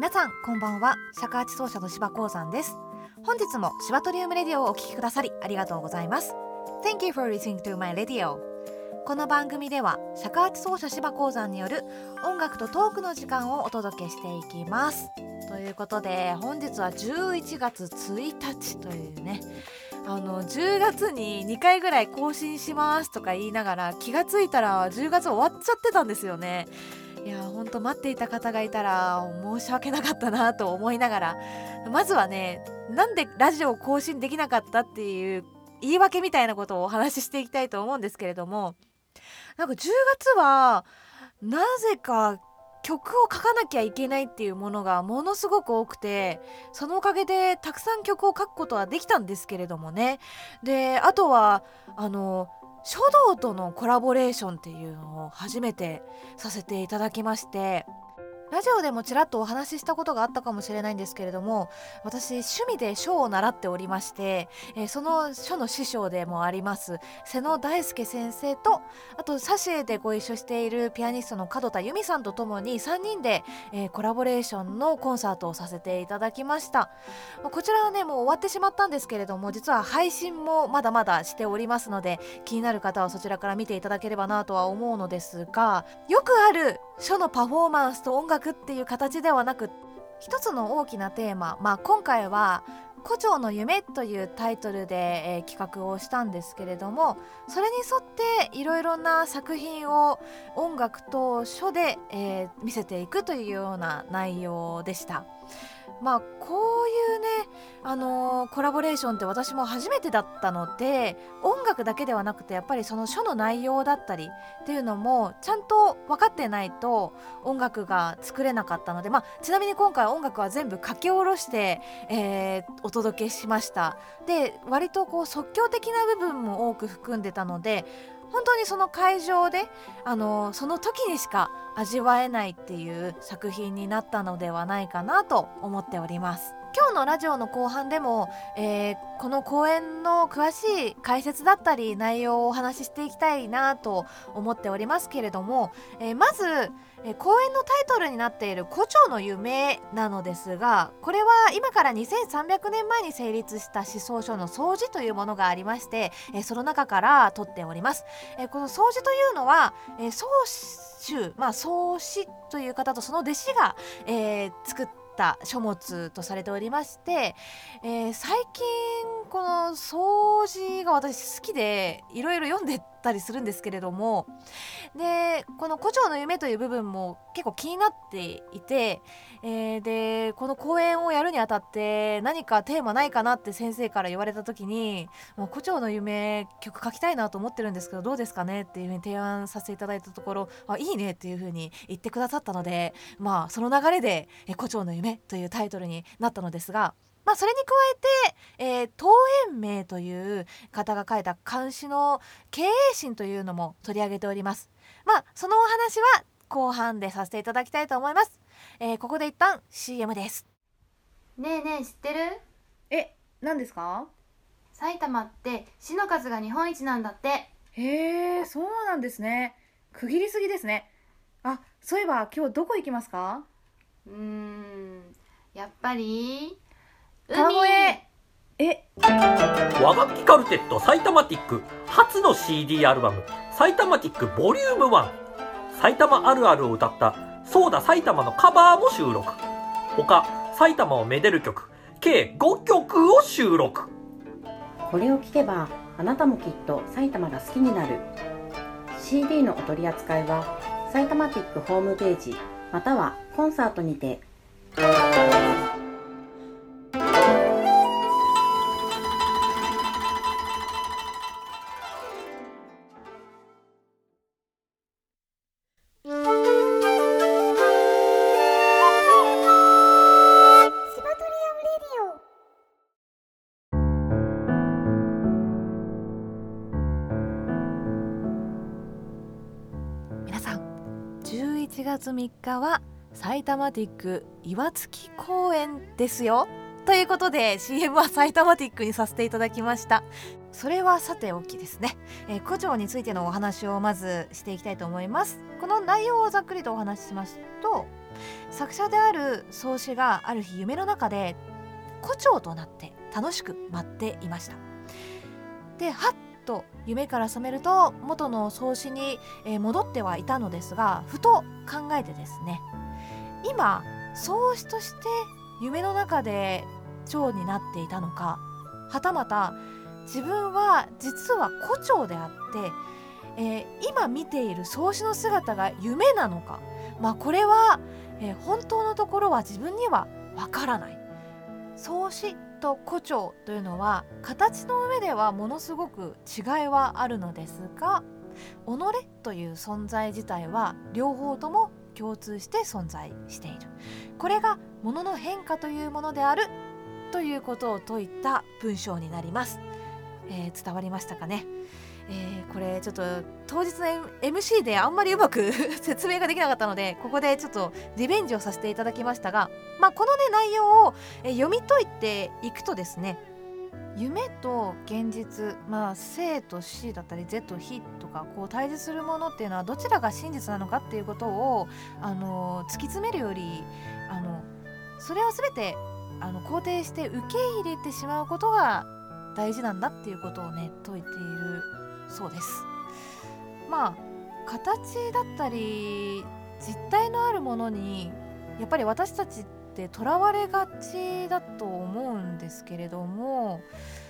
皆さんこんばんは。尺八奏者の柴光山です。本日も柴トリウムレディオをお聞きくださりありがとうございます。 Thank you for listening to my radio。 この番組では尺八奏者柴光山による音楽とトークの時間をお届けしていきます。ということで本日は11月1日というね、10月に2回ぐらい更新しますとか言いながら気がついたら10月終わっちゃってたんですよね。いや本当待っていた方がいたら申し訳なかったなと思いながら、まずはね、なんでラジオを更新できなかったっていう言い訳みたいなことをお話ししていきたいと思うんですけれども、なんか10月はなぜか曲を書かなきゃいけないっていうものがものすごく多くて、そのおかげでたくさん曲を書くことはできたんですけれどもね。であとは書道とのコラボレーションっていうのを初めてさせていただきまして、ラジオでもちらっとお話ししたことがあったかもしれないんですけれども、私趣味で書を習っておりまして、その書の師匠でもあります瀬野大輔先生と、あとサシエでご一緒しているピアニストの門田由美さんとともに3人で、コラボレーションのコンサートをさせていただきました。こちらはねもう終わってしまったんですけれども、実は配信もまだまだしておりますので、気になる方はそちらから見ていただければなとは思うのですが、よくある書のパフォーマンスと音楽っていう形ではなく、一つの大きなテーマ、今回は胡蝶の夢というタイトルで、企画をしたんですけれども、それに沿っていろいろな作品を音楽と書で、見せていくというような内容でした。こういうね、コラボレーションって私も初めてだったので、音楽だけではなくてやっぱりその書の内容だったりっていうのもちゃんと分かってないと音楽が作れなかったので、ちなみに今回音楽は全部書き下ろして、お届けしました。で割とこう即興的な部分も多く含んでたので、本当にその会場でその時にしか味わえないっていう作品になったのではないかなと思っております。今日のラジオの後半でも、この公演の詳しい解説だったり内容をお話ししていきたいなと思っておりますけれども、まず公演のタイトルになっている胡蝶の夢なのですが、これは今から2300年前に成立した思想書の荘子というものがありまして、その中から取っております。この荘子というのは、宗主、宗師という方とその弟子が、作った書物とされておりまして、最近この荘子が私好きでいろいろ読んでたりするんですけれども、でこの胡蝶の夢という部分も結構気になっていて、でこの公演をやるにあたって何かテーマないかなって先生から言われた時に、もう胡蝶の夢曲書きたいなと思ってるんですけどどうですかねっていうふうに提案させていただいたところ、いいねっていうふうに言ってくださったので、その流れで胡蝶の夢というタイトルになったのですが、それに加えて、陶淵明という方が書いた漢詩の経営心というのも取り上げております。そのお話は後半でさせていただきたいと思います。ここで一旦 CM です。 ねえねえ知ってる？ 何ですか？ 埼玉って市の数が日本一なんだって。 へえ、そうなんですね。区切りすぎですね。そういえば今日どこ行きますか？ やっぱり川越。 和楽器カルテットサイタマティック初の CD アルバムサイタマティックボリューム1、埼玉あるあるを歌ったそうだ埼玉のカバーも収録、他埼玉をめでる曲計5曲を収録。 これを聴けばあなたもきっと埼玉が好きになる。 CD のお取り扱いはサイタマティックホームページまたはコンサートにて。 皆さん11月3日はサイタマティック岩槻公演ですよということで CM はサイタマティックにさせていただきました。それはさておきですね、胡蝶についてのお話をまずしていきたいと思います。この内容をざっくりとお話ししますと、 作者である宗師がある日夢の中で胡蝶となって楽しく舞っていました。ではっと夢から覚めると元の宗師に戻ってはいたのですが、ふと考えてですね、今宗師として夢の中で蝶になっていたのか、はたまた自分は実は胡蝶であって、今見ている宗師の姿が夢なのか、これは、本当のところは自分にはわからない。宗師と胡蝶というのは形の上ではものすごく違いはあるのですが、己という存在自体は両方とも共通して存在している。これが物の変化というものであるということを説いた文章になります。伝わりましたかね。これちょっと当日の MC であんまりうまく説明ができなかったので、ここでちょっとリベンジをさせていただきましたが、このね内容を読み解いていくとですね、夢と現実、生と死だったり是と非とかこう対峙するものっていうのはどちらが真実なのかっていうことを突き詰めるよりそれを全て肯定して受け入れてしまうことが大事なんだっていうことをね説いているそうです。形だったり実体のあるものにやっぱり私たちってとらわれがちだと思うんですけれども、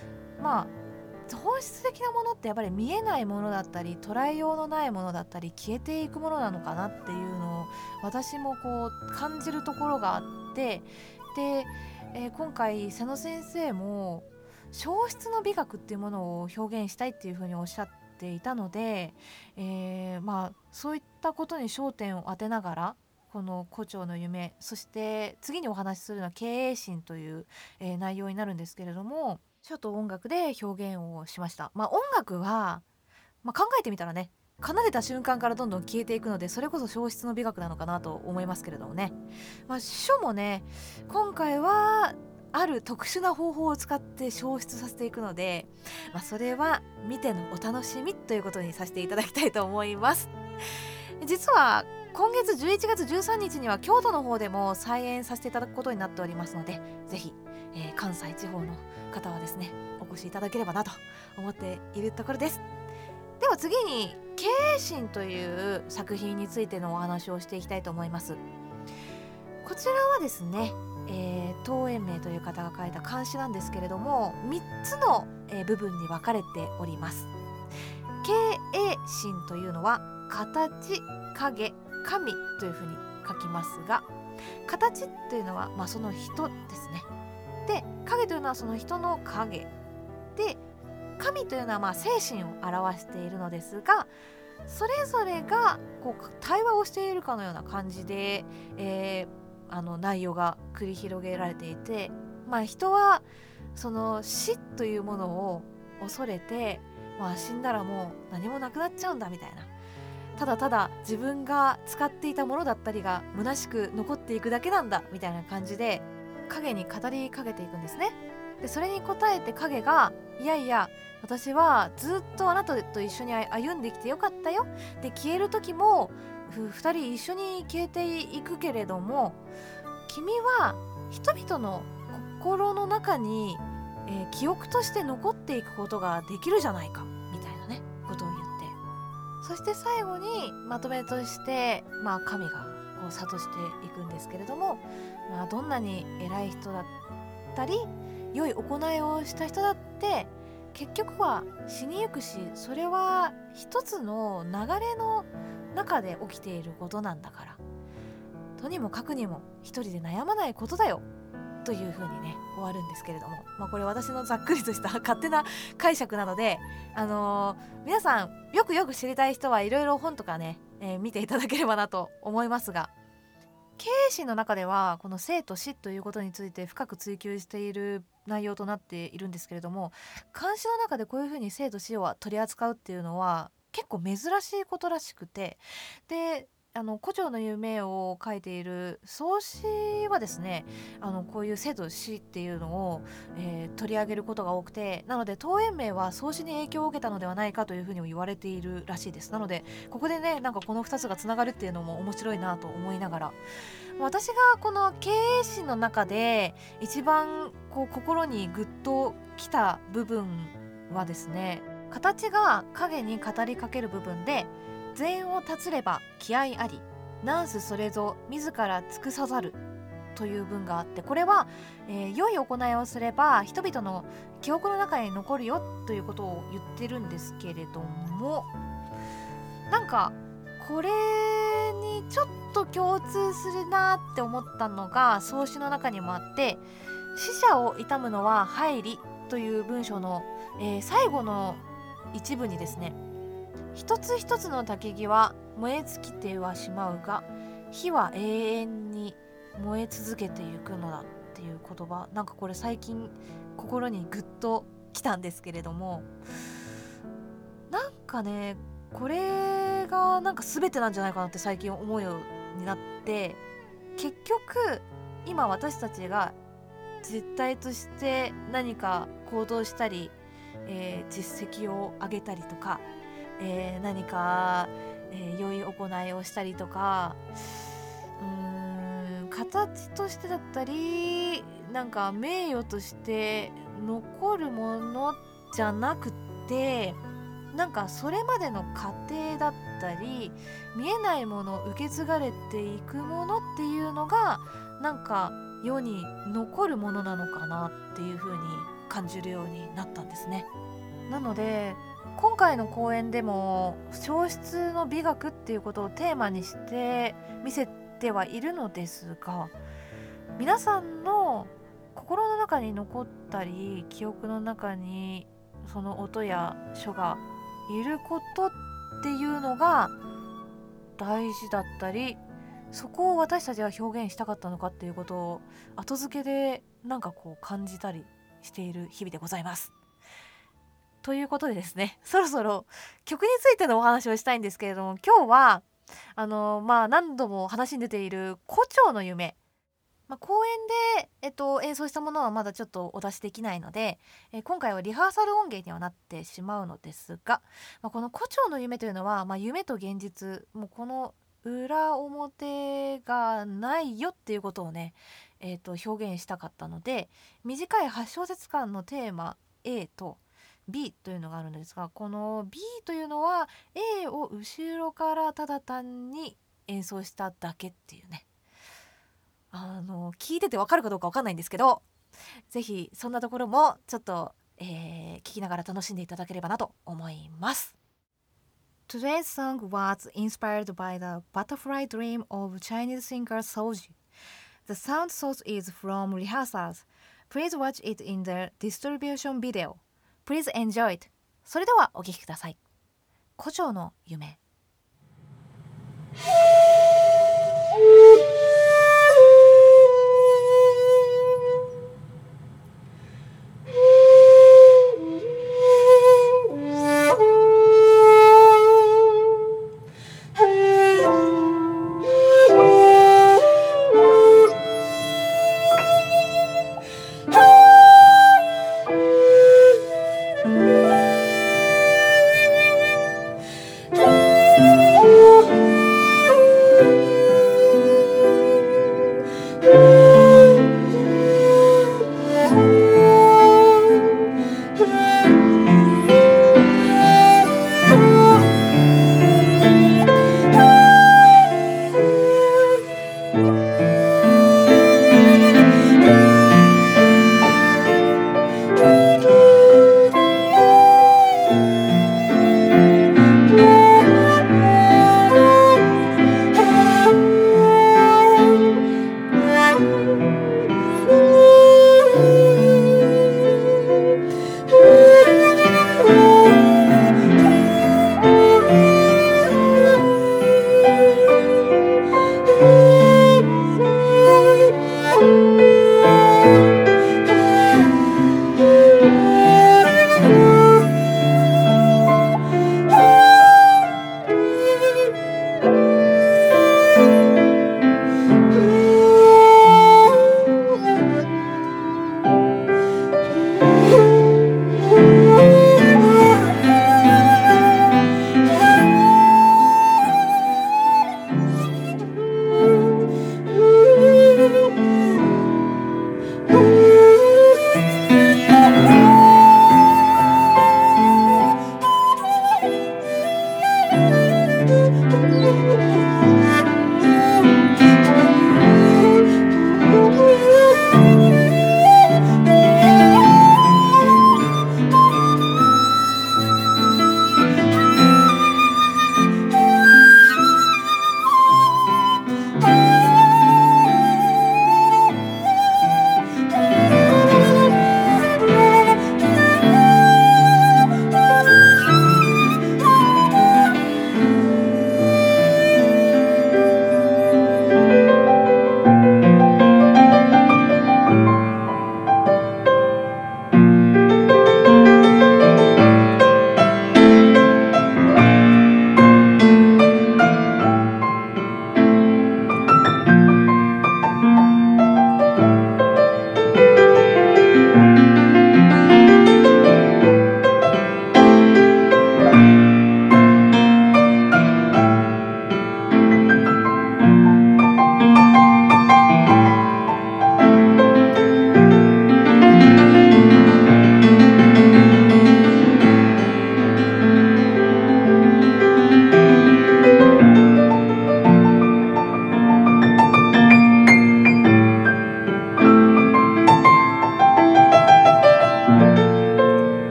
本質的なものってやっぱり見えないものだったり捉えようのないものだったり消えていくものなのかなっていうのを私もこう感じるところがあって、で、今回瀬野先生も消失の美学っていうものを表現したいっていうふうにおっしゃっていたので、そういったことに焦点を当てながらこの胡蝶の夢、そして次にお話しするのは経営心という、内容になるんですけれども、書と音楽で表現をしました。音楽は、考えてみたらね、奏でた瞬間からどんどん消えていくので、それこそ消失の美学なのかなと思いますけれどもね。書もね、今回はある特殊な方法を使って消失させていくので、それは見てのお楽しみということにさせていただきたいと思います。実は今月11月13日には京都の方でも再演させていただくことになっておりますので、ぜひ、関西地方の方はですねお越しいただければなと思っているところです。では次に経営心という作品についてのお話をしていきたいと思います。こちらはですね、陶淵明という方が書いた漢詩なんですけれども、3つの、部分に分かれております。経営心というのは形、影、神というふうに書きますが、形というのは、その人ですね。で、影というのはその人の影で、神というのは精神を表しているのですが、それぞれがこう対話をしているかのような感じで、内容が繰り広げられていて、人はその死というものを恐れて、死んだらもう何もなくなっちゃうんだみたいな、ただただ自分が使っていたものだったりが虚しく残っていくだけなんだみたいな感じで影に語りかけていくんですね。でそれに応えて影が、いやいや私はずっとあなたと一緒に歩んできてよかったよ、で消える時も二人一緒に消えていくけれども、君は人々の心の中に、記憶として残っていくことができるじゃないかみたいなねことを言って、そして最後にまとめとして、神がこう諭していくんですけれども、どんなに偉い人だったり良い行いをした人だって結局は死にゆくし、それは一つの流れの中で起きていることなんだから、とにもかくにも一人で悩まないことだよというふうにね終わるんですけれども、これ私のざっくりとした勝手な解釈なので、皆さんよく知りたい人はいろいろ本とかね、見ていただければなと思いますが、経営心の中ではこの生と死ということについて深く追求している内容となっているんですけれども、漢詩の中でこういうふうに生と死を取り扱うっていうのは結構珍しいことらしくて、で胡蝶の夢を書いている宗師はですね、こういう生と死っていうのを、取り上げることが多くて、なので陶淵明は宗師に影響を受けたのではないかというふうにも言われているらしいです。なのでここでね、なんかこの2つがつながるっていうのも面白いなと思いながら、私がこの経営史の中で一番こう心にグッときた部分はですね、形が影に語りかける部分で、善を断つれば気合あり、なんすそれぞ自ら尽くさざるという文があって、これは、良い行いをすれば人々の記憶の中に残るよということを言ってるんですけれども、なんかこれにちょっと共通するなって思ったのが宗師の中にもあって、死者を悼むのは入りという文章の、最後の一部にですね、一つ一つの焚き木は燃え尽きてはしまうが火は永遠に燃え続けていくのだっていう言葉、なんかこれ最近心にグッときたんですけれども、なんかね、これがなんか全てなんじゃないかなって最近思うようになって、結局今私たちが実態として何か行動したり、実績を上げたりとか、何か、良い行いをしたりとか、形としてだったり、なんか名誉として残るものじゃなくて、なんかそれまでの過程だったり、見えないもの、受け継がれていくものっていうのがなんか世に残るものなのかなっていう風に感じるようになったんですね。なので今回の講演でも消失の美学っていうことをテーマにして見せてはいるのですが、皆さんの心の中に残ったり記憶の中にその音や書がいることっていうのが大事だったり、そこを私たちは表現したかったのかっていうことを後付けでなんかこう感じたりしている日々でございます。ということでですね、そろそろ曲についてのお話をしたいんですけれども、今日は何度も話に出ている胡蝶の夢、公演で、演奏したものはまだちょっとお出しできないので、今回はリハーサル音源にはなってしまうのですが、この胡蝶の夢というのは、夢と現実、もうこの裏表がないよっていうことをね、表現したかったので、短い8小節間のテーマ A とB というのがあるんですが、この B というのは A を後ろからただ単に演奏しただけっていうね、聞いててわかるかどうかわかんないんですけど、ぜひそんなところもちょっと、聞きながら楽しんでいただければなと思います。 Today's song was inspired by the butterfly dream of Chinese singer Soji. The sound source is from rehearsals. Please watch it in the distribution video. Please enjoy it. それではお聴きください。胡蝶の夢。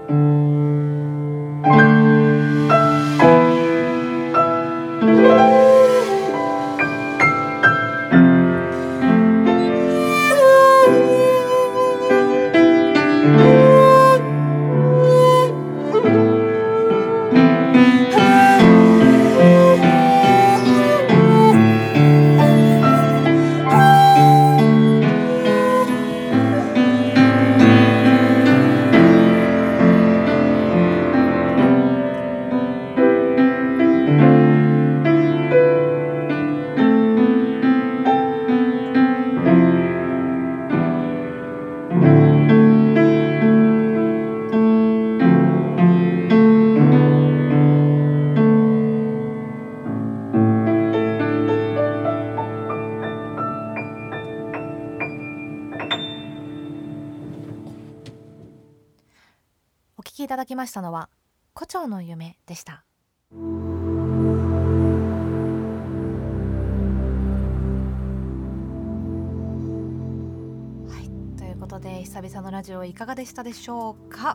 お聞きいただきましたのは胡蝶の夢でした。はい、ということで久々のラジオいかがでしたでしょうか。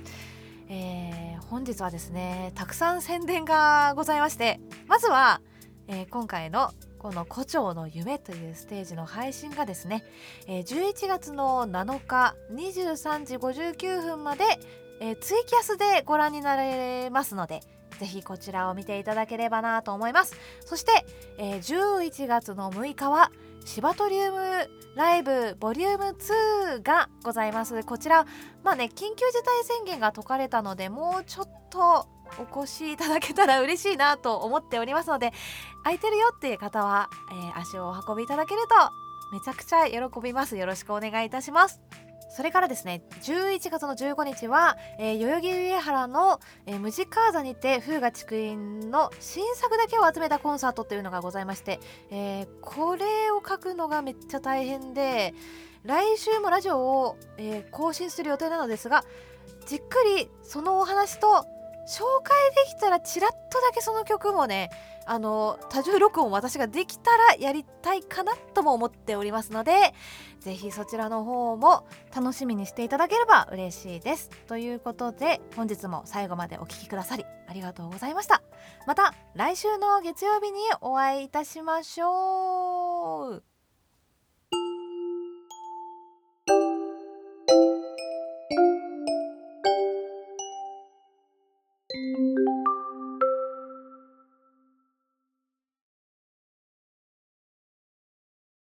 本日はですねたくさん宣伝がございまして、まずは、今回のこの胡蝶の夢というステージの配信がですね、11月の7日23時59分まで、ツイキャスでご覧になれますので、ぜひこちらを見ていただければなと思います。そして、11月の6日はシバトリウムライブボリューム2がございます。こちら緊急事態宣言が解かれたのでもうちょっとお越しいただけたら嬉しいなと思っておりますので、空いてるよっていう方は、足をお運びいただけるとめちゃくちゃ喜びます。よろしくお願いいたします。それからですね11月の15日は、代々木上原の、ムジカーザにて風雅竹院の新作だけを集めたコンサートというのがございまして、これを書くのがめっちゃ大変で、来週もラジオを、更新する予定なのですが、じっくりそのお話と紹介できたらチラッとだけその曲もね多重録音私ができたらやりたいかなとも思っておりますので、ぜひそちらの方も楽しみにしていただければ嬉しいです。ということで本日も最後までお聞きくださりありがとうございました。また来週の月曜日にお会いいたしましょう。